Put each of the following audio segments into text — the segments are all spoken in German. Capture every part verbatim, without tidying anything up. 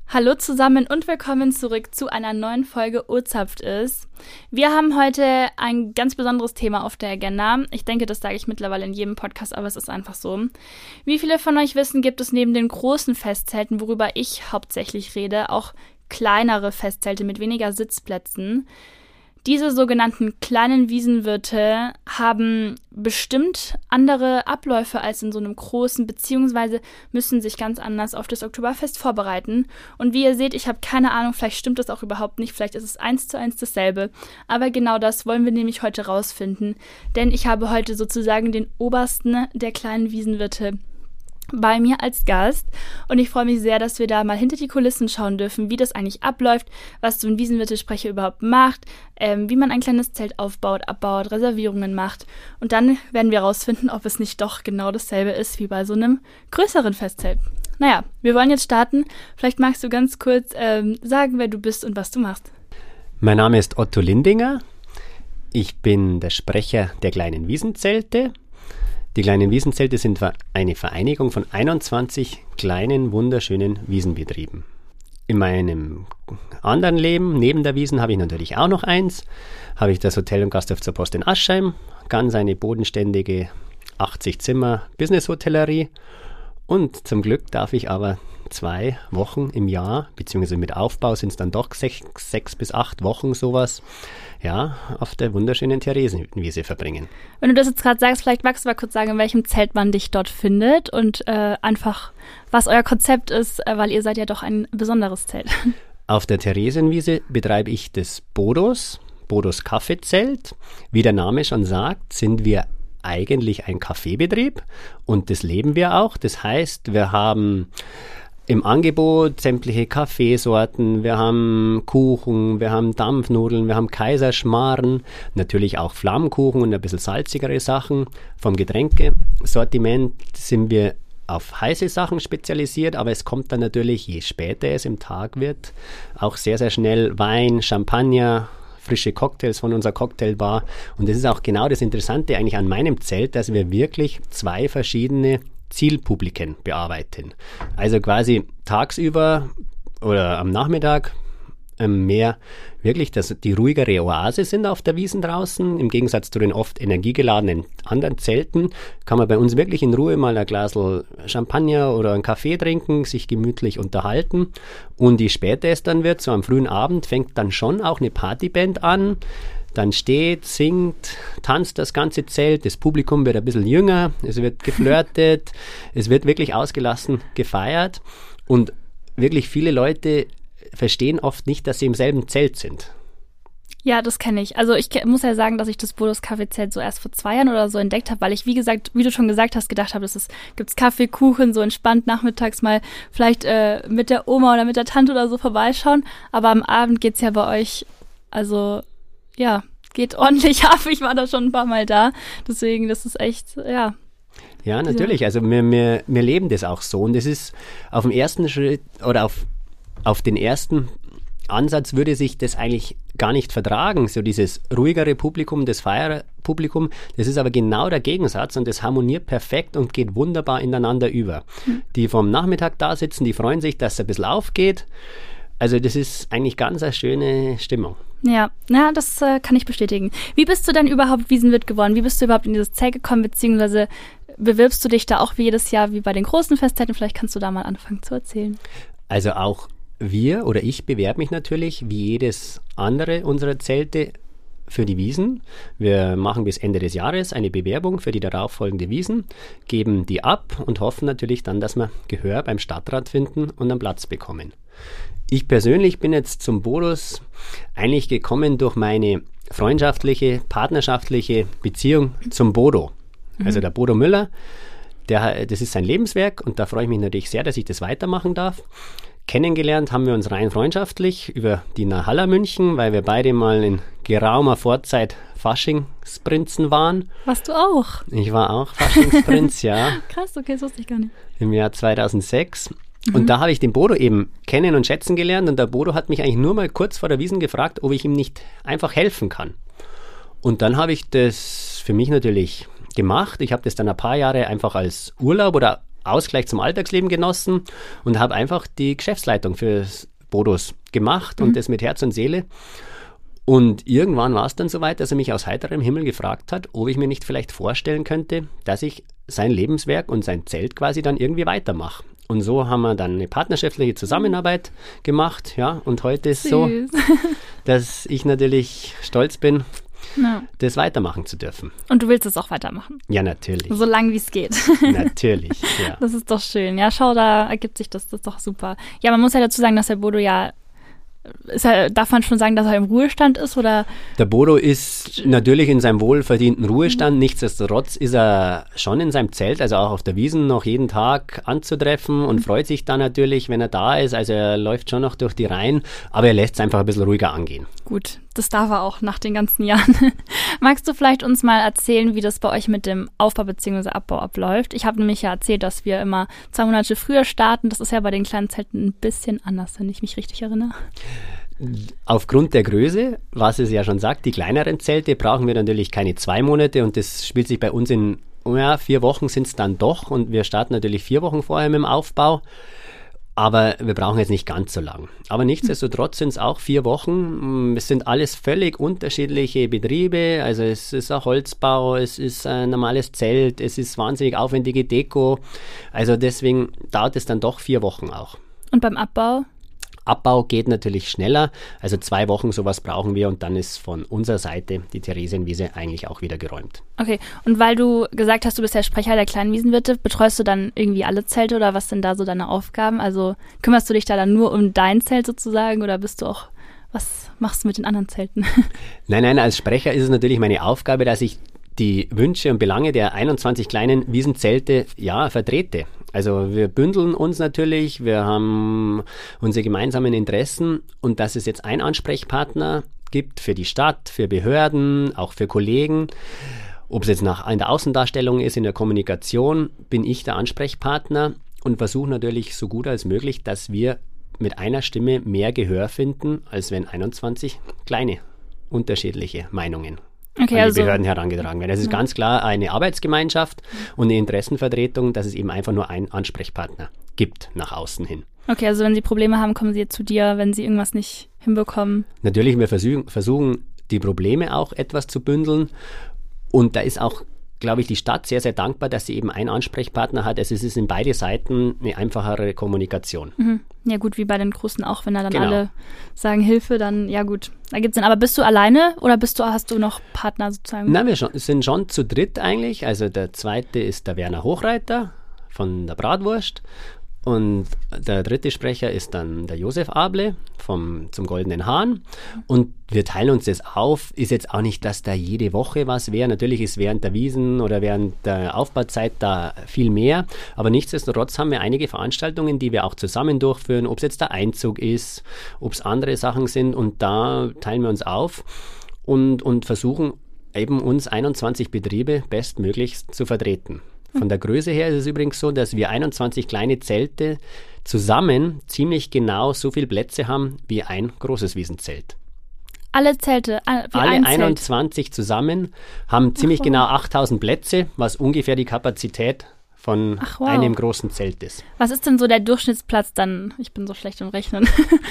Hallo zusammen und willkommen zurück zu einer neuen Folge Urzapft ist. Wir haben heute ein ganz besonderes Thema auf der Agenda. Ich denke, das sage ich mittlerweile in jedem Podcast, aber es ist einfach so. Wie viele von euch wissen, gibt es neben den großen Festzelten, worüber ich hauptsächlich rede, auch kleinere Festzelte mit weniger Sitzplätzen. Diese sogenannten kleinen Wiesenwirte haben bestimmt andere Abläufe als in so einem großen, beziehungsweise müssen sich ganz anders auf das Oktoberfest vorbereiten. Und wie ihr seht, ich habe keine Ahnung, vielleicht stimmt das auch überhaupt nicht, vielleicht ist es eins zu eins dasselbe. Aber genau das wollen wir nämlich heute rausfinden, denn ich habe heute sozusagen den Obersten der kleinen Wiesenwirte bei mir als Gast und ich freue mich sehr, dass wir da mal hinter die Kulissen schauen dürfen, wie das eigentlich abläuft, was so ein Wiesenwirtesprecher überhaupt macht, ähm, wie man ein kleines Zelt aufbaut, abbaut, Reservierungen macht und dann werden wir rausfinden, ob es nicht doch genau dasselbe ist wie bei so einem größeren Festzelt. Naja, wir wollen jetzt starten. Vielleicht magst du ganz kurz ähm, sagen, wer du bist und was du machst. Mein Name ist Otto Lindinger. Ich bin der Sprecher der kleinen Wiesenzelte. Die kleinen Wiesenzelte sind eine Vereinigung von einundzwanzig kleinen, wunderschönen Wiesenbetrieben. In meinem anderen Leben, neben der Wiesn, habe ich natürlich auch noch eins. Habe ich das Hotel und Gasthof zur Post in Aschheim, ganz eine bodenständige achtzig Zimmer Business-Hotellerie. Und zum Glück darf ich aber zwei Wochen im Jahr, beziehungsweise mit Aufbau sind es dann doch sechs, sechs bis acht Wochen sowas, ja, auf der wunderschönen Theresienwiese verbringen. Wenn du das jetzt gerade sagst, vielleicht magst du mal kurz sagen, in welchem Zelt man dich dort findet und äh, einfach, was euer Konzept ist, äh, weil ihr seid ja doch ein besonderes Zelt. Auf der Theresienwiese betreibe ich das Bodos, Bodos Kaffeezelt. Wie der Name schon sagt, sind wir eigentlich ein Kaffeebetrieb und das leben wir auch. Das heißt, wir haben im Angebot sämtliche Kaffeesorten, wir haben Kuchen, wir haben Dampfnudeln, wir haben Kaiserschmarrn, natürlich auch Flammkuchen und ein bisschen salzigere Sachen. Vom Getränkesortiment sind wir auf heiße Sachen spezialisiert, aber es kommt dann natürlich, je später es im Tag wird, auch sehr, sehr schnell Wein, Champagner, frische Cocktails von unserer Cocktailbar. Und das ist auch genau das Interessante eigentlich an meinem Zelt, dass wir wirklich zwei verschiedene Zielpubliken bearbeiten. Also quasi tagsüber oder am Nachmittag ähm, mehr wirklich dass die ruhigere Oase sind auf der Wiesn draußen. Im Gegensatz zu den oft energiegeladenen anderen Zelten kann man bei uns wirklich in Ruhe mal ein Glas Champagner oder einen Kaffee trinken, sich gemütlich unterhalten. Und je später es dann wird, so am frühen Abend, fängt dann schon auch eine Partyband an. Dann steht, singt, tanzt das ganze Zelt, das Publikum wird ein bisschen jünger, es wird geflirtet, es wird wirklich ausgelassen gefeiert und wirklich viele Leute verstehen oft nicht, dass sie im selben Zelt sind. Ja, das kenne ich. Also ich muss ja sagen, dass ich das Bodos Kaffeezelt so erst vor zwei Jahren oder so entdeckt habe, weil ich, wie gesagt, wie du schon gesagt hast, gedacht habe, es gibt's Kaffee, Kuchen, so entspannt nachmittags mal vielleicht äh, mit der Oma oder mit der Tante oder so vorbeischauen, aber am Abend geht's ja bei euch, also ja, geht ordentlich ab. Ich war da schon ein paar Mal da. Deswegen, das ist echt, ja. Ja, natürlich. Also wir, wir, wir leben das auch so. Und das ist auf dem ersten Schritt oder auf, auf den ersten Ansatz würde sich das eigentlich gar nicht vertragen. So dieses ruhigere Publikum, das Feierpublikum, das ist aber genau der Gegensatz und das harmoniert perfekt und geht wunderbar ineinander über. Mhm. Die vom Nachmittag da sitzen, die freuen sich, dass es ein bisschen aufgeht. Also das ist eigentlich ganz eine schöne Stimmung. Ja, ja, das äh, kann ich bestätigen. Wie bist du denn überhaupt Wiesenwirt geworden? Wie bist du überhaupt in dieses Zelt gekommen, beziehungsweise bewirbst du dich da auch wie jedes Jahr wie bei den großen Festzelten? Vielleicht kannst du da mal anfangen zu erzählen. Also auch wir oder ich bewerbe mich natürlich wie jedes andere unserer Zelte für die Wiesn. Wir machen bis Ende des Jahres eine Bewerbung für die darauffolgende Wiesn, geben die ab und hoffen natürlich dann, dass wir Gehör beim Stadtrat finden und einen Platz bekommen. Ich persönlich bin jetzt zum Bodos eigentlich gekommen durch meine freundschaftliche, partnerschaftliche Beziehung zum Bodo. Mhm. Also der Bodo Müller, der, das ist sein Lebenswerk und da freue ich mich natürlich sehr, dass ich das weitermachen darf. Kennengelernt haben wir uns rein freundschaftlich über die Nahalla München, weil wir beide mal in geraumer Vorzeit Faschingsprinzen waren. Warst du auch? Ich war auch Faschingsprinz, ja. Krass, okay, das wusste ich gar nicht. Im Jahr zweitausendsechs. Und mhm. da habe ich den Bodo eben kennen und schätzen gelernt und der Bodo hat mich eigentlich nur mal kurz vor der Wiesn gefragt, ob ich ihm nicht einfach helfen kann. Und dann habe ich das für mich natürlich gemacht. Ich habe das dann ein paar Jahre einfach als Urlaub oder Ausgleich zum Alltagsleben genossen und habe einfach die Geschäftsleitung für Bodos gemacht mhm. und das mit Herz und Seele. Und irgendwann war es dann soweit, dass er mich aus heiterem Himmel gefragt hat, ob ich mir nicht vielleicht vorstellen könnte, dass ich sein Lebenswerk und sein Zelt quasi dann irgendwie weitermache. Und so haben wir dann eine partnerschaftliche Zusammenarbeit gemacht, ja, und heute ist es so, dass ich natürlich stolz bin, no. das weitermachen zu dürfen. Und du willst es auch weitermachen? Ja, natürlich. So lange wie es geht. Natürlich, ja. Das ist doch schön. Ja, schau, da ergibt sich das, das ist doch super. Ja, man muss ja dazu sagen, dass der Bodo ja, ist er, darf man schon sagen, dass er im Ruhestand ist, oder? Der Bodo ist natürlich in seinem wohlverdienten Ruhestand, mhm. nichtsdestotrotz ist er schon in seinem Zelt, also auch auf der Wiesn noch jeden Tag anzutreffen und mhm. freut sich dann natürlich, wenn er da ist, also er läuft schon noch durch die Reihen, aber er lässt es einfach ein bisschen ruhiger angehen. Gut, das darf er auch nach den ganzen Jahren. Magst du vielleicht uns mal erzählen, wie das bei euch mit dem Aufbau bzw. Abbau abläuft? Ich habe nämlich ja erzählt, dass wir immer zwei Monate früher starten. Das ist ja bei den kleinen Zelten ein bisschen anders, wenn ich mich richtig erinnere. Aufgrund der Größe, was es ja schon sagt, die kleineren Zelte brauchen wir natürlich keine zwei Monate und das spielt sich bei uns in ja, vier Wochen sind es dann doch und wir starten natürlich vier Wochen vorher mit dem Aufbau. Aber wir brauchen jetzt nicht ganz so lang. Aber nichtsdestotrotz sind es auch vier Wochen. Es sind alles völlig unterschiedliche Betriebe. Also es ist ein Holzbau, es ist ein normales Zelt, es ist wahnsinnig aufwendige Deko. Also deswegen dauert es dann doch vier Wochen auch. Und beim Abbau? Abbau geht natürlich schneller. Also zwei Wochen sowas brauchen wir und dann ist von unserer Seite die Theresienwiese eigentlich auch wieder geräumt. Okay, und weil du gesagt hast, du bist der Sprecher der kleinen Wiesenwirte, betreust du dann irgendwie alle Zelte oder was sind da so deine Aufgaben? Also kümmerst du dich da dann nur um dein Zelt sozusagen oder bist du auch, was machst du mit den anderen Zelten? Nein, nein, als Sprecher ist es natürlich meine Aufgabe, dass ich die Wünsche und Belange der einundzwanzig kleinen Wiesenzelte ja vertrete. Also wir bündeln uns natürlich, wir haben unsere gemeinsamen Interessen und dass es jetzt einen Ansprechpartner gibt für die Stadt, für Behörden, auch für Kollegen, ob es jetzt nach, in der Außendarstellung ist, in der Kommunikation, bin ich der Ansprechpartner und versuche natürlich so gut als möglich, dass wir mit einer Stimme mehr Gehör finden, als wenn einundzwanzig kleine unterschiedliche Meinungen Okay, an die also, Behörden herangetragen werden. Es ist ja. ganz klar eine Arbeitsgemeinschaft und eine Interessenvertretung, dass es eben einfach nur einen Ansprechpartner gibt nach außen hin. Okay, also wenn Sie Probleme haben, kommen Sie jetzt zu dir, wenn Sie irgendwas nicht hinbekommen? Natürlich, wir versuchen, versuchen die Probleme auch etwas zu bündeln und da ist auch, glaube ich, die Stadt sehr, sehr dankbar, dass sie eben einen Ansprechpartner hat. Also es ist in beide Seiten eine einfachere Kommunikation. Mhm. Ja gut, wie bei den Großen auch, wenn da dann genau. alle sagen Hilfe, dann ja gut, da gibt's dann. Aber bist du alleine oder bist du, hast du noch Partner sozusagen? Nein, wir schon, sind schon zu dritt eigentlich. Also der zweite ist der Werner Hochreiter von der Bratwurst und der dritte Sprecher ist dann der Josef Able vom, zum Goldenen Hahn und wir teilen uns das auf. Ist jetzt auch nicht, dass da jede Woche was wäre. Natürlich ist während der Wiesen oder während der Aufbauzeit da viel mehr, aber nichtsdestotrotz haben wir einige Veranstaltungen, die wir auch zusammen durchführen, ob es jetzt der Einzug ist, ob es andere Sachen sind und da teilen wir uns auf und, und versuchen eben uns einundzwanzig Betriebe bestmöglichst zu vertreten. Von der Größe her ist es übrigens so, dass wir einundzwanzig kleine Zelte zusammen ziemlich genau so viele Plätze haben wie ein großes Wiesenzelt. Alle Zelte? Wie Alle ein einundzwanzig Zelt. Zusammen haben ziemlich Ach, wow. genau achttausend Plätze, was ungefähr die Kapazität von Ach, wow. einem großen Zelt ist. Was ist denn so der Durchschnittsplatz dann? Ich bin so schlecht im Rechnen.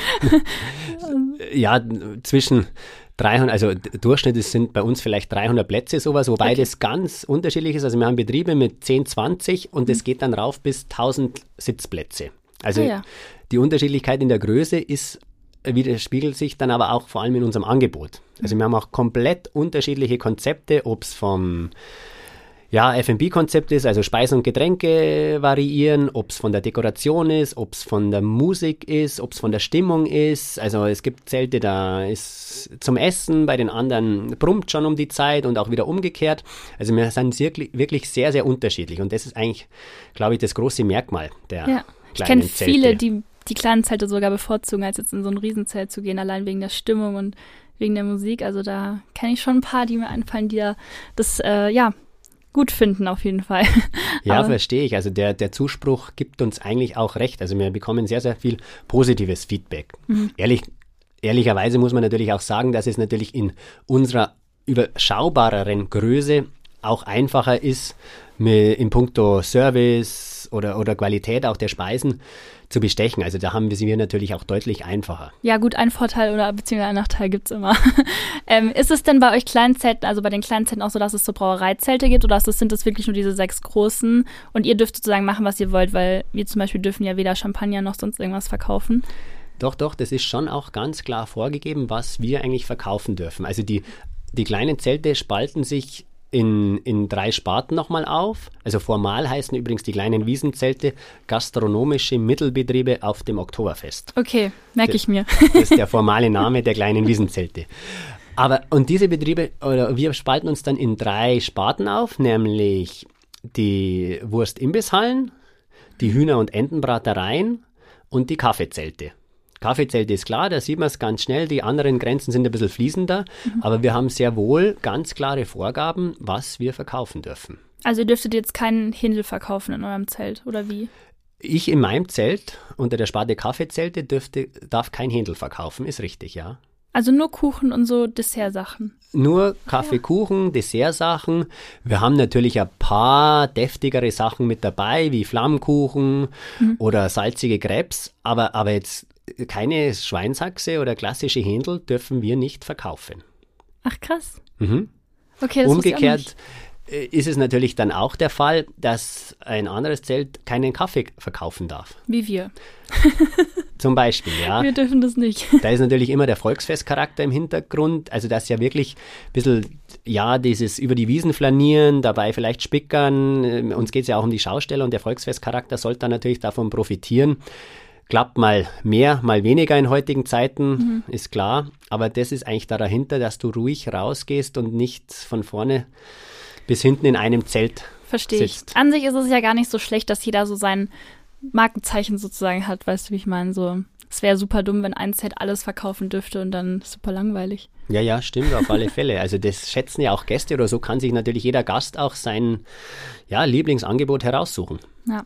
Ja, zwischen dreihundert, also Durchschnitt ist, sind bei uns vielleicht dreihundert Plätze sowas, wobei okay. das ganz unterschiedlich ist. Also wir haben Betriebe mit zehn, zwanzig und es mhm. geht dann rauf bis tausend Sitzplätze. Also ah, ja. die Unterschiedlichkeit in der Größe ist widerspiegelt sich dann aber auch vor allem in unserem Angebot. Also wir haben auch komplett unterschiedliche Konzepte, ob es vom ja, F und B-Konzept ist, also Speisen und Getränke variieren, ob es von der Dekoration ist, ob es von der Musik ist, ob es von der Stimmung ist. Also es gibt Zelte, da ist zum Essen, bei den anderen brummt schon um die Zeit und auch wieder umgekehrt. Also wir sind wirklich, wirklich sehr, sehr unterschiedlich und das ist eigentlich, glaube ich, das große Merkmal der ja. Ich kenne viele, die die kleinen Zelte sogar bevorzugen, als jetzt in so ein Riesenzelt zu gehen, allein wegen der Stimmung und wegen der Musik. Also da kenne ich schon ein paar, die mir einfallen, die da das, äh, ja, gut finden auf jeden Fall. Ja, verstehe ich. Also der, der Zuspruch gibt uns eigentlich auch recht. Also wir bekommen sehr, sehr viel positives Feedback. Mhm. Ehrlich, ehrlicherweise muss man natürlich auch sagen, dass es natürlich in unserer überschaubareren Größe auch einfacher ist, mit, in puncto Service oder, oder Qualität auch der Speisen zu bestechen. Also da haben wir sie natürlich auch deutlich einfacher. Ja gut, ein Vorteil oder beziehungsweise ein Nachteil gibt es immer. ähm, ist es denn bei euch Kleinzelten, also bei den Kleinzelten auch so, dass es so Brauereizelte gibt oder ist es, sind es wirklich nur diese sechs großen und ihr dürft sozusagen machen, was ihr wollt, weil wir zum Beispiel dürfen ja weder Champagner noch sonst irgendwas verkaufen? Doch, doch, das ist schon auch ganz klar vorgegeben, was wir eigentlich verkaufen dürfen. Also die, die kleinen Zelte spalten sich in, in drei Sparten nochmal auf. Also formal heißen übrigens die kleinen Wiesenzelte gastronomische Mittelbetriebe auf dem Oktoberfest. Okay, merke ich mir. Das ist der formale Name der kleinen Wiesenzelte. Aber, und diese Betriebe, oder wir spalten uns dann in drei Sparten auf, nämlich die Wurst-Imbisshallen, die Hühner- und Entenbratereien und die Kaffeezelte. Kaffeezelte ist klar, da sieht man es ganz schnell. Die anderen Grenzen sind ein bisschen fließender, mhm. aber wir haben sehr wohl ganz klare Vorgaben, was wir verkaufen dürfen. Also ihr dürftet jetzt keinen Händel verkaufen in eurem Zelt, oder wie? Ich in meinem Zelt, unter der Sparte Kaffeezelte, dürfte, darf kein Händel verkaufen, ist richtig, ja. Also nur Kuchen und so Dessertsachen? Nur Kaffee, ja. Kuchen, Dessertsachen. Wir haben natürlich ein paar deftigere Sachen mit dabei, wie Flammkuchen mhm. oder salzige Crepes, aber, aber jetzt keine Schweinshaxe oder klassische Händel dürfen wir nicht verkaufen. Ach krass. Mhm. Okay, das Umgekehrt ist es natürlich dann auch der Fall, dass ein anderes Zelt keinen Kaffee verkaufen darf. Wie wir. Zum Beispiel, ja. Wir dürfen das nicht. Da ist natürlich immer der Volksfestcharakter im Hintergrund. Also das ja wirklich ein bisschen, ja, dieses über die Wiesen flanieren, dabei vielleicht spickern. Uns geht es ja auch um die Schausteller und der Volksfestcharakter sollte dann natürlich davon profitieren. Klappt mal mehr, mal weniger in heutigen Zeiten, mhm. ist klar. Aber das ist eigentlich da dahinter, dass du ruhig rausgehst und nicht von vorne bis hinten in einem Zelt Verstehe ich. sitzt. An sich ist es ja gar nicht so schlecht, dass jeder so sein Markenzeichen sozusagen hat. Weißt du, wie ich meine? So, es wäre super dumm, wenn ein Zelt alles verkaufen dürfte und dann super langweilig. Ja, ja, stimmt, auf alle Fälle. Also das schätzen ja auch Gäste oder so kann sich natürlich jeder Gast auch sein ja, Lieblingsangebot heraussuchen. Ja.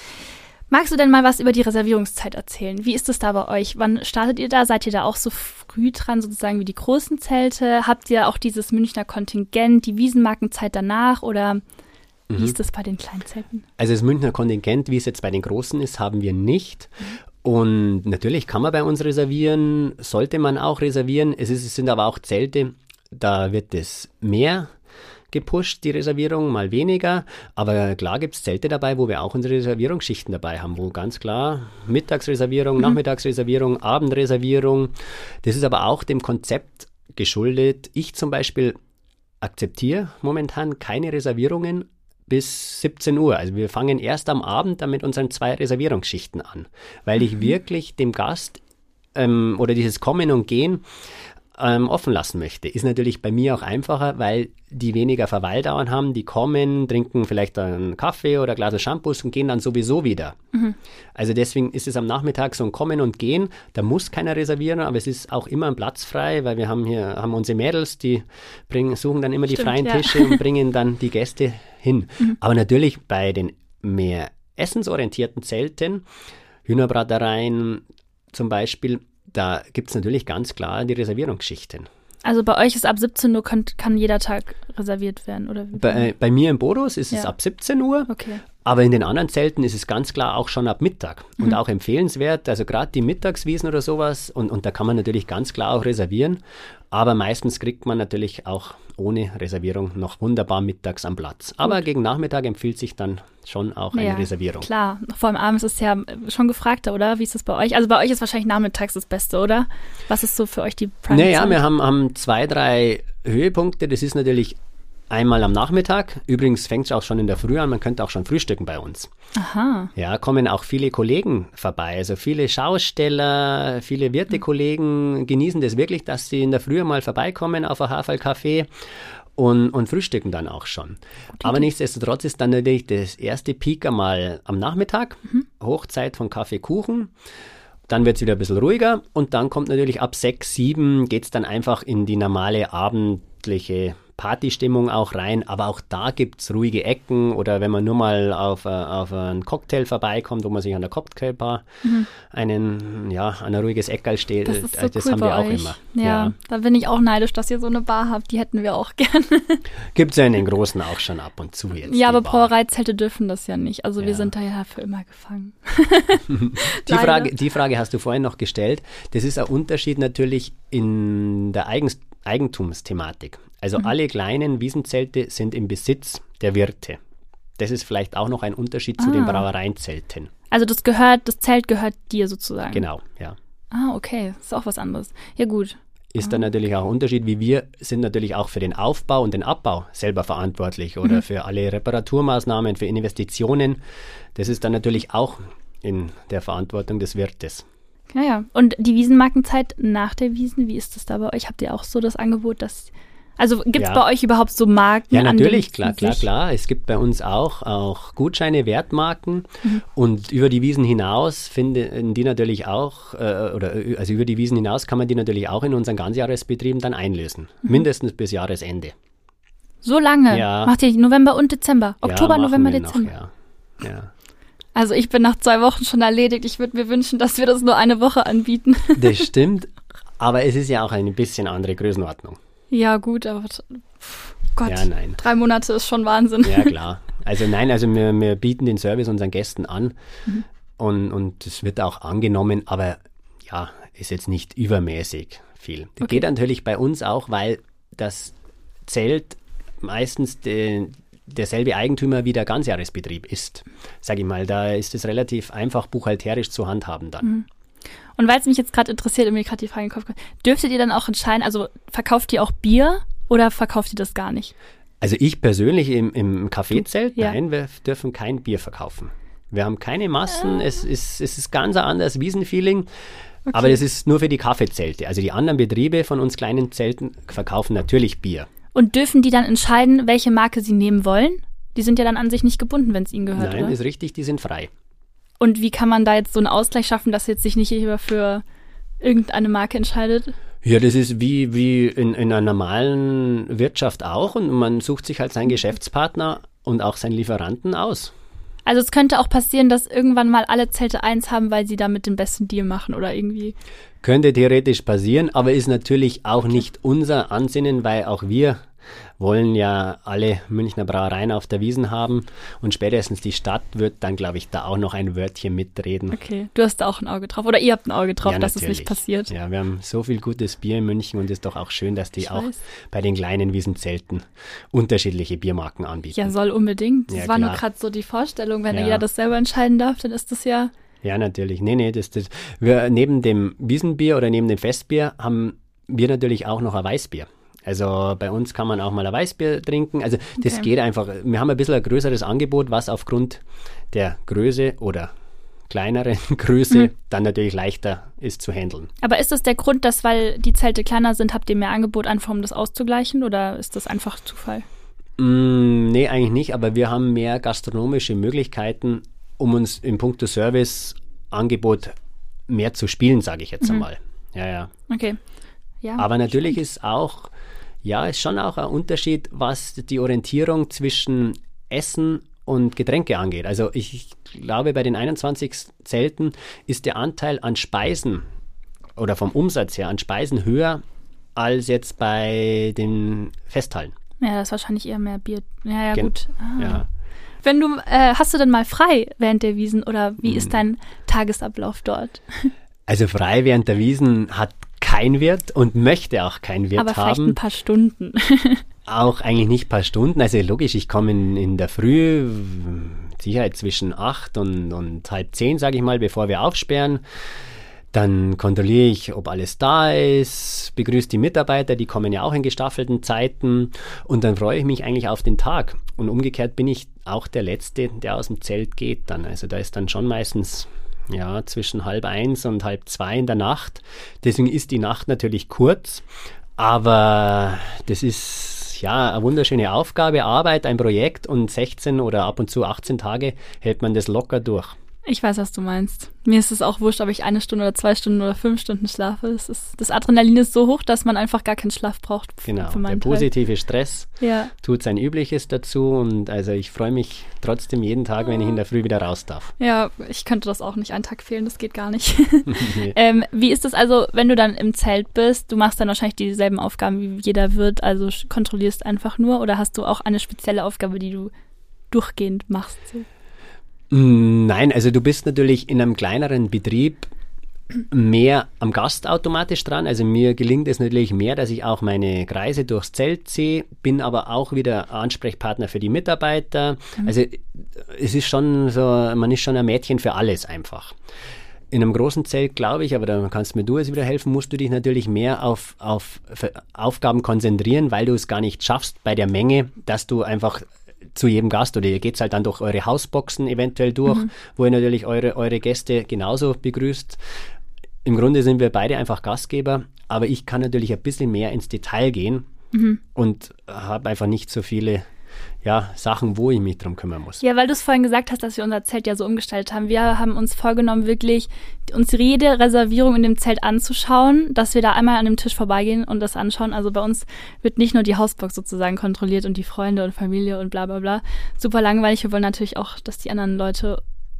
Magst du denn mal was über die Reservierungszeit erzählen? Wie ist es da bei euch? Wann startet ihr da? Seid ihr da auch so früh dran, sozusagen wie die großen Zelte? Habt ihr auch dieses Münchner Kontingent, die Wiesenmarkenzeit danach oder wie mhm. ist das bei den kleinen Zelten? Also das Münchner Kontingent, wie es jetzt bei den großen ist, haben wir nicht. Mhm. Und natürlich kann man bei uns reservieren, sollte man auch reservieren. Es, ist, es sind aber auch Zelte, da wird es mehr gepusht, die Reservierung, mal weniger. Aber klar gibt es Zelte dabei, wo wir auch unsere Reservierungsschichten dabei haben, wo ganz klar Mittagsreservierung, mhm. Nachmittagsreservierung, Abendreservierung. Das ist aber auch dem Konzept geschuldet. Ich zum Beispiel akzeptiere momentan keine Reservierungen bis siebzehn Uhr. Also wir fangen erst am Abend dann mit unseren zwei Reservierungsschichten an, weil mhm. ich wirklich dem Gast ähm, oder dieses Kommen und Gehen Ähm, offen lassen möchte. Ist natürlich bei mir auch einfacher, weil die weniger Verweildauern haben, die kommen, trinken vielleicht einen Kaffee oder ein Glas Shampoos und gehen dann sowieso wieder. Mhm. Also deswegen ist es am Nachmittag so ein Kommen und Gehen, da muss keiner reservieren, aber es ist auch immer ein Platz frei, weil wir haben hier haben unsere Mädels, die bringen, suchen dann immer die Stimmt, freien ja. Tische und bringen dann die Gäste hin. Mhm. Aber natürlich bei den mehr essensorientierten Zelten, Hühnerbratereien zum Beispiel, da gibt es natürlich ganz klar die Reservierungsschichten. Also bei euch ist ab siebzehn Uhr kann, kann jeder Tag reserviert werden, oder? Wie bei, bei mir im Bodos ist ja. es ab siebzehn Uhr, okay. aber in den anderen Zelten ist es ganz klar auch schon ab Mittag und mhm. auch empfehlenswert, also gerade die Mittagswiesen oder sowas und, und da kann man natürlich ganz klar auch reservieren, aber meistens kriegt man natürlich auch ohne Reservierung noch wunderbar mittags am Platz. Gut. Aber gegen Nachmittag empfiehlt sich dann schon auch eine ja, Reservierung. Klar, vor allem abends ist es ja schon gefragter, oder? Wie ist das bei euch? Also bei euch ist wahrscheinlich nachmittags das Beste, oder? Was ist so für euch die Prime-Zeit? Naja, wir haben, haben zwei, drei Höhepunkte. Das ist natürlich einmal am Nachmittag. Übrigens fängt es auch schon in der Früh an. Man könnte auch schon frühstücken bei uns. Aha. Ja, kommen auch viele Kollegen vorbei. Also viele Schausteller, viele Wirtekollegen genießen das wirklich, dass sie in der Früh mal vorbeikommen auf ein Haferl-Café. Und, und frühstücken dann auch schon. Gute Aber Idee. Nichtsdestotrotz ist dann natürlich das erste Peak einmal am Nachmittag, mhm. Hochzeit von Kaffee, Kuchen. Dann wird es wieder ein bisschen ruhiger und dann kommt natürlich ab sechs, sieben geht es dann einfach in die normale abendliche Partystimmung auch rein, aber auch da gibt es ruhige Ecken oder wenn man nur mal auf, äh, auf einen Cocktail vorbeikommt, wo man sich an der Cocktailbar mhm. einen, ja, an ein ruhiges Eckerl steht, das, ist so äh, das cool haben wir bei auch euch. immer. Ja, ja, da bin ich auch neidisch, dass ihr so eine Bar habt, die hätten wir auch gerne. Gibt es ja in den Großen auch schon ab und zu jetzt. Ja, aber Bar. Brauereizelte dürfen das ja nicht, also ja. wir sind da ja für immer gefangen. die, Frage, die Frage hast du vorhin noch gestellt, das ist ein Unterschied natürlich in der Eigens Eigentumsthematik. Also mhm. alle kleinen Wiesenzelte sind im Besitz der Wirte. Das ist vielleicht auch noch ein Unterschied ah. zu den Brauereienzelten. Also das gehört, das Zelt gehört dir sozusagen? Genau, ja. Ah, okay. Das ist auch was anderes. Ja, gut. Ist dann natürlich auch ein Unterschied, wie wir sind natürlich auch für den Aufbau und den Abbau selber verantwortlich oder mhm. für alle Reparaturmaßnahmen, für Investitionen. Das ist dann natürlich auch in der Verantwortung des Wirtes. Ja, ja. Und die Wiesenmarkenzeit nach der Wiesn, wie ist das da bei euch? Habt ihr auch so das Angebot, dass... Also gibt es ja. bei euch überhaupt so Marken? Ja, natürlich, klar, klar, klar. Es gibt bei uns auch, auch Gutscheine, Wertmarken mhm. und über die Wiesn hinaus finden die natürlich auch, äh, oder also über die Wiesn hinaus kann man die natürlich auch in unseren Ganzjahresbetrieben dann einlösen. Mhm. Mindestens bis Jahresende. So lange? Ja. Macht ihr November und Dezember? Oktober, ja, November, Dezember? Noch, ja. ja. Also ich bin nach zwei Wochen schon erledigt. Ich würde mir wünschen, dass wir das nur eine Woche anbieten. Das stimmt, aber es ist ja auch eine bisschen andere Größenordnung. Ja, gut, aber Gott, ja, nein. drei Monate ist schon Wahnsinn. Ja, klar. Also nein, also wir, wir bieten den Service unseren Gästen an mhm. und, und das wird auch angenommen, aber ja, ist jetzt nicht übermäßig viel. Das okay. geht natürlich bei uns auch, weil das Zelt meistens de, derselbe Eigentümer wie der Ganzjahresbetrieb ist. Sag ich mal, da ist es relativ einfach buchhalterisch zu handhaben dann. Mhm. Und weil es mich jetzt gerade interessiert und mir gerade die Frage in den Kopf kommt, dürftet ihr dann auch entscheiden, also verkauft ihr auch Bier oder verkauft ihr das gar nicht? Also ich persönlich im, im Kaffeezelt, ja. nein, wir dürfen kein Bier verkaufen. Wir haben keine Massen, äh. es, ist, es ist ganz ein anderes Wiesenfeeling, okay. aber das ist nur für die Kaffeezelte. Also die anderen Betriebe von uns kleinen Zelten verkaufen natürlich Bier. Und dürfen die dann entscheiden, welche Marke sie nehmen wollen? Die sind ja dann an sich nicht gebunden, wenn es ihnen gehört, Nein, oder? ist richtig, die sind frei. Und wie kann man da jetzt so einen Ausgleich schaffen, dass jetzt sich nicht jeder für irgendeine Marke entscheidet? Ja, das ist wie, wie in, in einer normalen Wirtschaft auch und man sucht sich halt seinen Geschäftspartner und auch seinen Lieferanten aus. Also es könnte auch passieren, dass irgendwann mal alle Zelte eins haben, weil sie damit den besten Deal machen oder irgendwie. Könnte theoretisch passieren, aber ist natürlich auch nicht unser Ansinnen, weil auch wir wollen ja alle Münchner Brauereien auf der Wiesn haben und spätestens die Stadt wird dann, glaube ich, da auch noch ein Wörtchen mitreden. Okay, du hast da auch ein Auge drauf oder ihr habt ein Auge drauf, ja, dass es nicht passiert. Ja, wir haben so viel gutes Bier in München und es ist doch auch schön, dass die ich auch weiß. Bei den kleinen Wiesenzelten unterschiedliche Biermarken anbieten. Ja, soll unbedingt. Das ja, war klar. nur gerade so die Vorstellung, wenn ja. jeder das selber entscheiden darf, dann ist das ja... Ja, natürlich. Nee, nee, das, das, wir, neben dem Wiesenbier oder neben dem Festbier haben wir natürlich auch noch ein Weißbier. Also bei uns kann man auch mal ein Weißbier trinken. Also das okay. geht einfach. Wir haben ein bisschen ein größeres Angebot, was aufgrund der Größe oder kleineren Größe mhm. dann natürlich leichter ist zu handeln. Aber ist das der Grund, dass, weil die Zelte kleiner sind, habt ihr mehr Angebot einfach, um das auszugleichen oder ist das einfach Zufall? Mm, nee, eigentlich nicht, aber wir haben mehr gastronomische Möglichkeiten, um uns im Punkto Serviceangebot mehr zu spielen, sage ich jetzt mhm. einmal. Ja, ja. Okay. Ja, aber natürlich stimmt. ist auch, ja, ist schon auch ein Unterschied, was die Orientierung zwischen Essen und Getränke angeht. Also ich glaube, bei den einundzwanzig Zelten ist der Anteil an Speisen oder vom Umsatz her an Speisen höher als jetzt bei den Festhallen. Ja, das ist wahrscheinlich eher mehr Bier. Ja, ja, Gen- gut. Ah. Ja. Wenn du, äh, hast du denn mal frei während der Wiesn oder wie hm. ist dein Tagesablauf dort? Also frei während der Wiesn hat kein Wirt und möchte auch kein Wirt haben. Aber vielleicht ein paar Stunden. Auch eigentlich nicht ein paar Stunden. Also logisch, ich komme in, in der Früh, Sicherheit zwischen acht und, und halb zehn, sage ich mal, bevor wir aufsperren. Dann kontrolliere ich, ob alles da ist, begrüße die Mitarbeiter, die kommen ja auch in gestaffelten Zeiten und dann freue ich mich eigentlich auf den Tag. Und umgekehrt bin ich auch der Letzte, der aus dem Zelt geht dann. Also da ist dann schon meistens ja zwischen halb eins und halb zwei in der Nacht. Deswegen ist die Nacht natürlich kurz, aber das ist ja eine wunderschöne Aufgabe, Arbeit, ein Projekt und sechzehn oder ab und zu achtzehn Tage hält man das locker durch. Ich weiß, was du meinst. Mir ist es auch wurscht, ob ich eine Stunde oder zwei Stunden oder fünf Stunden schlafe. Das, ist, das Adrenalin ist so hoch, dass man einfach gar keinen Schlaf braucht. Genau, für meinen der positive Teil. Stress ja. tut sein Übliches dazu und also ich freue mich trotzdem jeden Tag, wenn ich in der Früh wieder raus darf. Ja, ich könnte das auch nicht einen Tag fehlen, das geht gar nicht. nee. ähm, wie ist das also, wenn du dann im Zelt bist? Du machst dann wahrscheinlich dieselben Aufgaben wie jeder Wirt, also kontrollierst einfach nur oder hast du auch eine spezielle Aufgabe, die du durchgehend machst? So? Nein, also du bist natürlich in einem kleineren Betrieb mehr am Gast automatisch dran. Also mir gelingt es natürlich mehr, dass ich auch meine Kreise durchs Zelt sehe, bin aber auch wieder Ansprechpartner für die Mitarbeiter. Mhm. Also es ist schon so, man ist schon ein Mädchen für alles einfach. In einem großen Zelt, glaube ich, aber da kannst mir du jetzt wieder helfen, musst du dich natürlich mehr auf, auf Aufgaben konzentrieren, weil du es gar nicht schaffst bei der Menge, dass du einfach zu jedem Gast oder ihr geht halt dann durch eure Hausboxen eventuell durch, mhm. wo ihr natürlich eure, eure Gäste genauso begrüßt. Im Grunde sind wir beide einfach Gastgeber, aber ich kann natürlich ein bisschen mehr ins Detail gehen mhm. und habe einfach nicht so viele ja, Sachen, wo ich mich drum kümmern muss. Ja, weil du es vorhin gesagt hast, dass wir unser Zelt ja so umgestaltet haben. Wir haben uns vorgenommen, wirklich uns jede Reservierung in dem Zelt anzuschauen, dass wir da einmal an dem Tisch vorbeigehen und das anschauen. Also bei uns wird nicht nur die Hausbox sozusagen kontrolliert und die Freunde und Familie und bla bla bla. Super langweilig. Wir wollen natürlich auch, dass die anderen Leute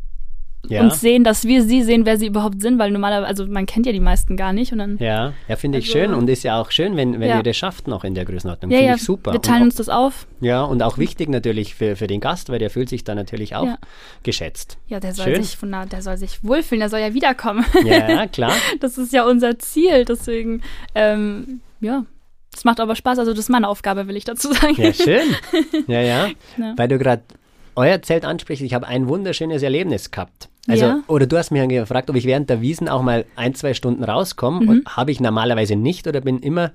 ja. uns sehen, dass wir sie sehen, wer sie überhaupt sind, weil normalerweise, also man kennt ja die meisten gar nicht. Und dann, ja, ja finde ich also, schön und ist ja auch schön, wenn, wenn ja. ihr das schafft noch in der Größenordnung. Ja, finde ja, ich super. Wir teilen und uns das auf. Ja, und auch wichtig natürlich für, für den Gast, weil der fühlt sich da natürlich auch ja. geschätzt. Ja, der soll, schön. sich, der soll sich wohlfühlen, der soll ja wiederkommen. Ja, klar. Das ist ja unser Ziel, deswegen, ähm, ja. Das macht aber Spaß, also das ist meine Aufgabe, will ich dazu sagen. Ja, schön. Ja, ja. ja. Weil du gerade euer Zelt ansprichst, ich habe ein wunderschönes Erlebnis gehabt. Also, ja. oder du hast mich gefragt, ob ich während der Wiesn auch mal ein, zwei Stunden rauskomme. Mhm. Und habe ich normalerweise nicht oder bin immer,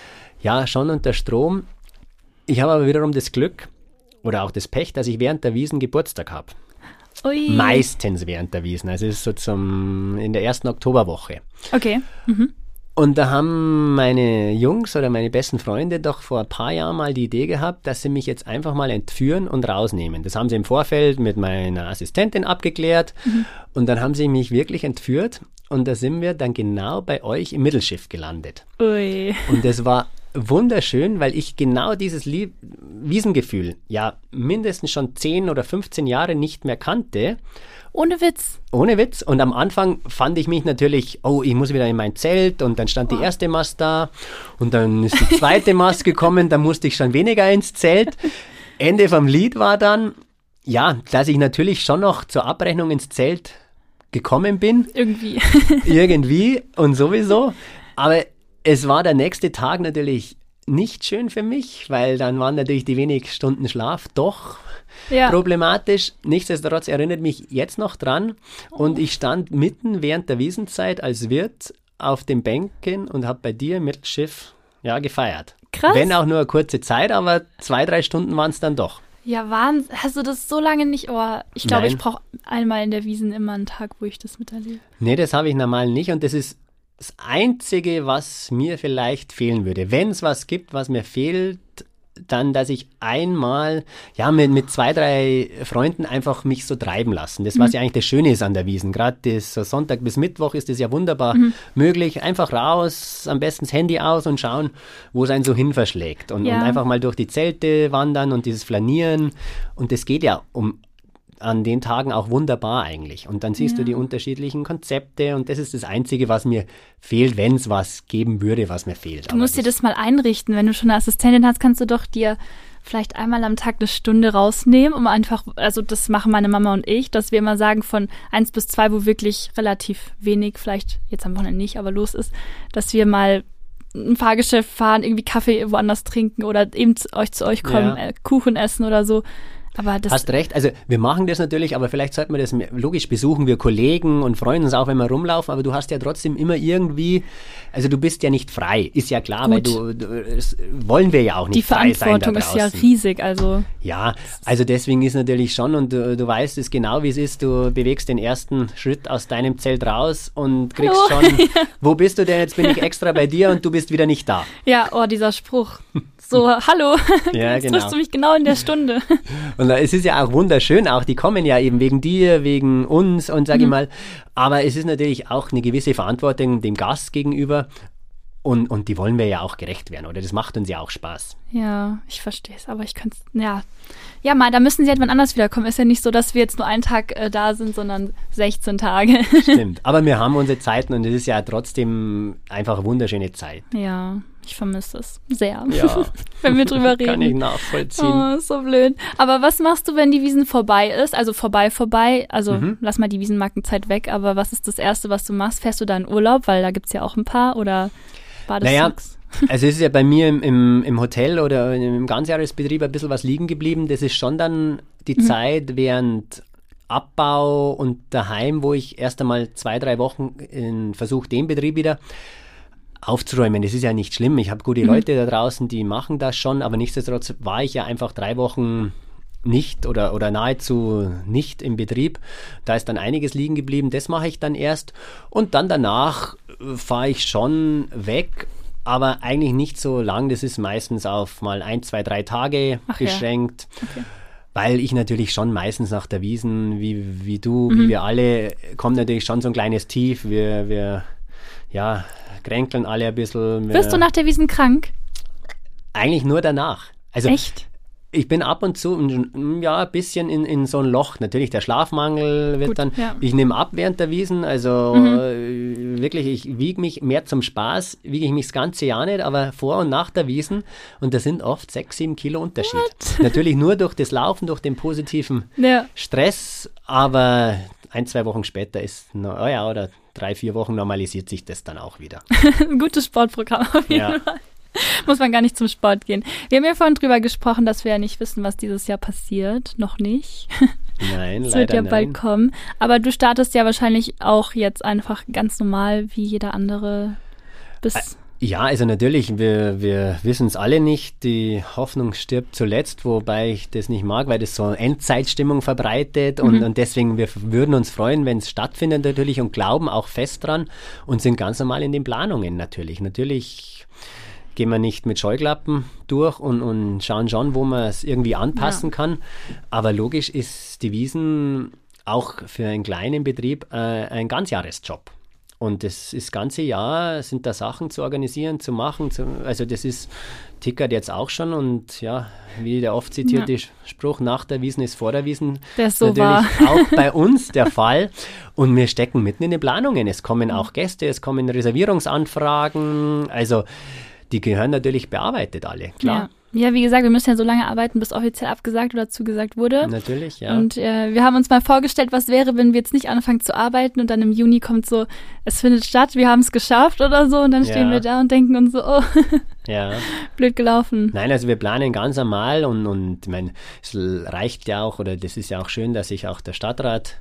ja, schon unter Strom. Ich habe aber wiederum das Glück oder auch das Pech, dass ich während der Wiesn Geburtstag habe. Ui. Meistens während der Wiesn. Also es ist so zum, in der ersten Oktoberwoche. Okay. Mhm. Und da haben meine Jungs oder meine besten Freunde doch vor ein paar Jahren mal die Idee gehabt, dass sie mich jetzt einfach mal entführen und rausnehmen. Das haben sie im Vorfeld mit meiner Assistentin abgeklärt mhm. und dann haben sie mich wirklich entführt und da sind wir dann genau bei euch im Mittelschiff gelandet. Ui. Und das war wunderschön, weil ich genau dieses Lie- Wiesengefühl ja mindestens schon zehn oder fünfzehn Jahre nicht mehr kannte. Ohne Witz. Ohne Witz. Und am Anfang fand ich mich natürlich, oh, ich muss wieder in mein Zelt und dann stand oh. die erste Mast da und dann ist die zweite Mast gekommen, dann musste ich schon weniger ins Zelt. Ende vom Lied war dann, ja, dass ich natürlich schon noch zur Abrechnung ins Zelt gekommen bin. Irgendwie. Irgendwie und sowieso. Aber es war der nächste Tag natürlich nicht schön für mich, weil dann waren natürlich die wenig Stunden Schlaf doch ja. problematisch. Nichtsdestotrotz erinnert mich jetzt noch dran und ich stand mitten während der Wiesenzeit als Wirt auf den Bänken und habe bei dir mit Schiff ja, gefeiert. Krass. Wenn auch nur eine kurze Zeit, aber zwei, drei Stunden waren es dann doch. Ja, Wahnsinn. Hast du das so lange nicht? Oh, ich glaube, ich brauche einmal in der Wiesn immer einen Tag, wo ich das miterlebe. Nee, das habe ich normal nicht und das ist das Einzige, was mir vielleicht fehlen würde. Wenn es was gibt, was mir fehlt, dann, dass ich einmal ja mit, mit zwei, drei Freunden einfach mich so treiben lassen. Das, was mhm. ja eigentlich das Schöne ist an der Wiesn. Gerade das so Sonntag bis Mittwoch ist das ja wunderbar mhm. möglich. Einfach raus, am besten das Handy aus und schauen, wo es einen so hin verschlägt. Und, ja. und einfach mal durch die Zelte wandern und dieses Flanieren. Und das geht ja um an den Tagen auch wunderbar eigentlich. Und dann siehst ja. du die unterschiedlichen Konzepte und das ist das Einzige, was mir fehlt, wenn es was geben würde, was mir fehlt. Du Aber musst das dir das mal einrichten. Wenn du schon eine Assistentin hast, kannst du doch dir vielleicht einmal am Tag eine Stunde rausnehmen, um einfach, also das machen meine Mama und ich, dass wir immer sagen von eins bis zwei, wo wirklich relativ wenig, vielleicht jetzt am Wochenende nicht, aber los ist, dass wir mal ein Fahrgeschäft fahren, irgendwie Kaffee woanders trinken oder eben zu euch, zu euch kommen, ja. äh, Kuchen essen oder so. Aber das Hast recht, also wir machen das natürlich, aber vielleicht sollten wir das, mehr, logisch besuchen wir Kollegen und freuen uns auch, wenn wir rumlaufen, aber du hast ja trotzdem immer irgendwie, also du bist ja nicht frei, ist ja klar, Gut. weil du, du das wollen wir ja auch nicht Die frei sein da draußen. Die Verantwortung ist ja riesig, also. Ja, also deswegen ist natürlich schon, und du, du weißt es genau, wie es ist, du bewegst den ersten Schritt aus deinem Zelt raus und kriegst Hallo. schon, wo bist du denn, jetzt bin ich extra bei dir und du bist wieder nicht da. Ja, oh, dieser Spruch. So, hallo, ja, jetzt genau. triffst du mich genau in der Stunde. Und es ist ja auch wunderschön, auch die kommen ja eben wegen dir, wegen uns und sag mhm. ich mal, aber es ist natürlich auch eine gewisse Verantwortung dem Gast gegenüber. Und, und die wollen wir ja auch gerecht werden, oder? Das macht uns ja auch Spaß. Ja, ich verstehe es, aber ich könnte es, ja. Ja, mal, da müssen sie halt wann anders wiederkommen. Ist ja nicht so, dass wir jetzt nur einen Tag äh, da sind, sondern sechzehn Tage. Stimmt, aber wir haben unsere Zeiten und es ist ja trotzdem einfach eine wunderschöne Zeit. Ja, ich vermisse es sehr, ja. wenn wir drüber reden. Kann ich nachvollziehen. Oh, ist so blöd. Aber was machst du, wenn die Wiesn vorbei ist? Also vorbei, vorbei, also mhm. lass mal die Wiesenmarkenzeit weg, aber was ist das Erste, was du machst? Fährst du da in Urlaub? Weil da gibt es ja auch ein paar, oder... War das naja, nix? Also es ist ja bei mir im, im, im Hotel oder im Ganzjahresbetrieb ein bisschen was liegen geblieben. Das ist schon dann die mhm. Zeit während Abbau und daheim, wo ich erst einmal zwei, drei Wochen versuche, den Betrieb wieder aufzuräumen. Das ist ja nicht schlimm. Ich habe gute mhm. Leute da draußen, die machen das schon, aber nichtsdestotrotz war ich ja einfach drei Wochen nicht oder, oder nahezu nicht im Betrieb. Da ist dann einiges liegen geblieben. Das mache ich dann erst. Und dann danach fahre ich schon weg, aber eigentlich nicht so lang. Das ist meistens auf mal ein, zwei, drei Tage Ach beschränkt. Ja. Okay. Weil ich natürlich schon meistens nach der Wiesn, wie, wie du, mhm. wie wir alle, kommt natürlich schon so ein kleines Tief. Wir, wir ja, kränkeln alle ein bisschen. Wir, Wirst du nach der Wiesn krank? Eigentlich nur danach. Also, echt? Ich bin ab und zu, ja, ein bisschen in, in so ein Loch. Natürlich, der Schlafmangel wird Gut, dann, ja. ich nehme ab während der Wiesn, also mhm. äh, wirklich, ich wiege mich mehr zum Spaß, wiege ich mich das ganze Jahr nicht, aber vor und nach der Wiesn und da sind oft sechs, sieben Kilo Unterschied. What? Natürlich nur durch das Laufen, durch den positiven ja. Stress, aber ein, zwei Wochen später ist, oh ja, oder drei, vier Wochen normalisiert sich das dann auch wieder. Gutes Sportprogramm auf jeden ja. Fall. Muss man gar nicht zum Sport gehen. Wir haben ja vorhin drüber gesprochen, dass wir ja nicht wissen, was dieses Jahr passiert. Noch nicht. Nein, das leider wird ja nein. bald kommen. Aber du startest ja wahrscheinlich auch jetzt einfach ganz normal, wie jeder andere. Bis ja, also natürlich, wir, wir wissen es alle nicht. Die Hoffnung stirbt zuletzt, wobei ich das nicht mag, weil das so Endzeitstimmung verbreitet. Und, mhm. und deswegen, wir würden uns freuen, wenn es stattfindet natürlich und glauben auch fest dran und sind ganz normal in den Planungen natürlich. Natürlich gehen wir nicht mit Scheuklappen durch und, und schauen schon, wo man es irgendwie anpassen ja. kann. Aber logisch ist die Wiesn auch für einen kleinen Betrieb äh, ein Ganzjahresjob. Und das, das ganze Jahr sind da Sachen zu organisieren, zu machen. Zu, also das ist, tickert jetzt auch schon. Und ja, wie der oft zitierte ja. Spruch, nach der Wiesn ist vor der Wiesn. Der ist so natürlich wahr. Auch bei uns der Fall. Und wir stecken mitten in den Planungen. Es kommen auch Gäste, es kommen Reservierungsanfragen. Also die gehören natürlich bearbeitet alle, klar. Ja. ja, wie gesagt, wir müssen ja so lange arbeiten, bis offiziell abgesagt oder zugesagt wurde. Natürlich, ja. Und äh, wir haben uns mal vorgestellt, was wäre, wenn wir jetzt nicht anfangen zu arbeiten und dann im Juni kommt so, es findet statt, wir haben es geschafft oder so und dann stehen ja. wir da und denken uns so, oh, ja. blöd gelaufen. Nein, also wir planen ganz normal und, und ich meine, es reicht ja auch, oder das ist ja auch schön, dass sich auch der Stadtrat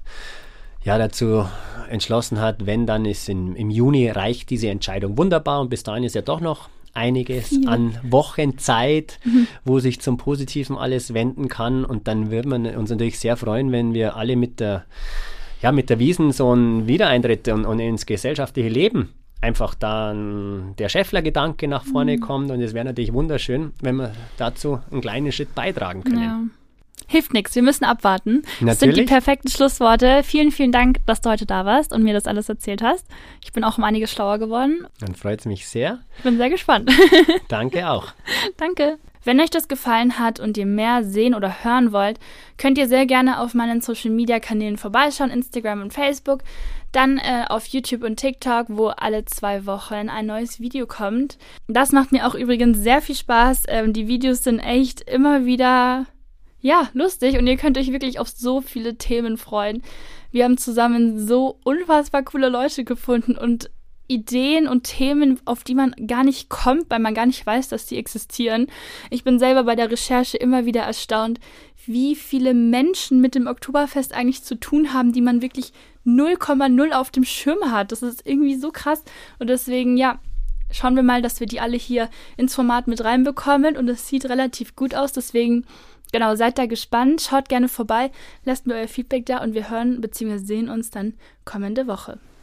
ja dazu entschlossen hat, wenn, dann ist in, im Juni reicht diese Entscheidung wunderbar und bis dahin ist ja doch noch einiges ja. an Wochenzeit, mhm. wo sich zum Positiven alles wenden kann und dann würden wir uns natürlich sehr freuen, wenn wir alle mit der, ja, mit der Wiesn so einen Wiedereintritt und, und ins gesellschaftliche Leben einfach dann der Schäffler-Gedanke nach vorne mhm. kommt und es wäre natürlich wunderschön, wenn wir dazu einen kleinen Schritt beitragen können. Ja. Hilft nichts, wir müssen abwarten. Natürlich. Das sind die perfekten Schlussworte. Vielen, vielen Dank, dass du heute da warst und mir das alles erzählt hast. Ich bin auch um einiges schlauer geworden. Dann freut es mich sehr. Ich bin sehr gespannt. Danke auch. Danke. Wenn euch das gefallen hat und ihr mehr sehen oder hören wollt, könnt ihr sehr gerne auf meinen Social-Media-Kanälen vorbeischauen, Instagram und Facebook. Dann äh, auf YouTube und TikTok, wo alle zwei Wochen ein neues Video kommt. Das macht mir auch übrigens sehr viel Spaß. Ähm, die Videos sind echt immer wieder... ja, lustig und ihr könnt euch wirklich auf so viele Themen freuen. Wir haben zusammen so unfassbar coole Leute gefunden und Ideen und Themen, auf die man gar nicht kommt, weil man gar nicht weiß, dass die existieren. Ich bin selber bei der Recherche immer wieder erstaunt, wie viele Menschen mit dem Oktoberfest eigentlich zu tun haben, die man wirklich null Komma null auf dem Schirm hat. Das ist irgendwie so krass und deswegen, ja, schauen wir mal, dass wir die alle hier ins Format mit reinbekommen und es sieht relativ gut aus, deswegen genau, seid da gespannt, schaut gerne vorbei, lasst mir euer Feedback da und wir hören bzw. sehen uns dann kommende Woche.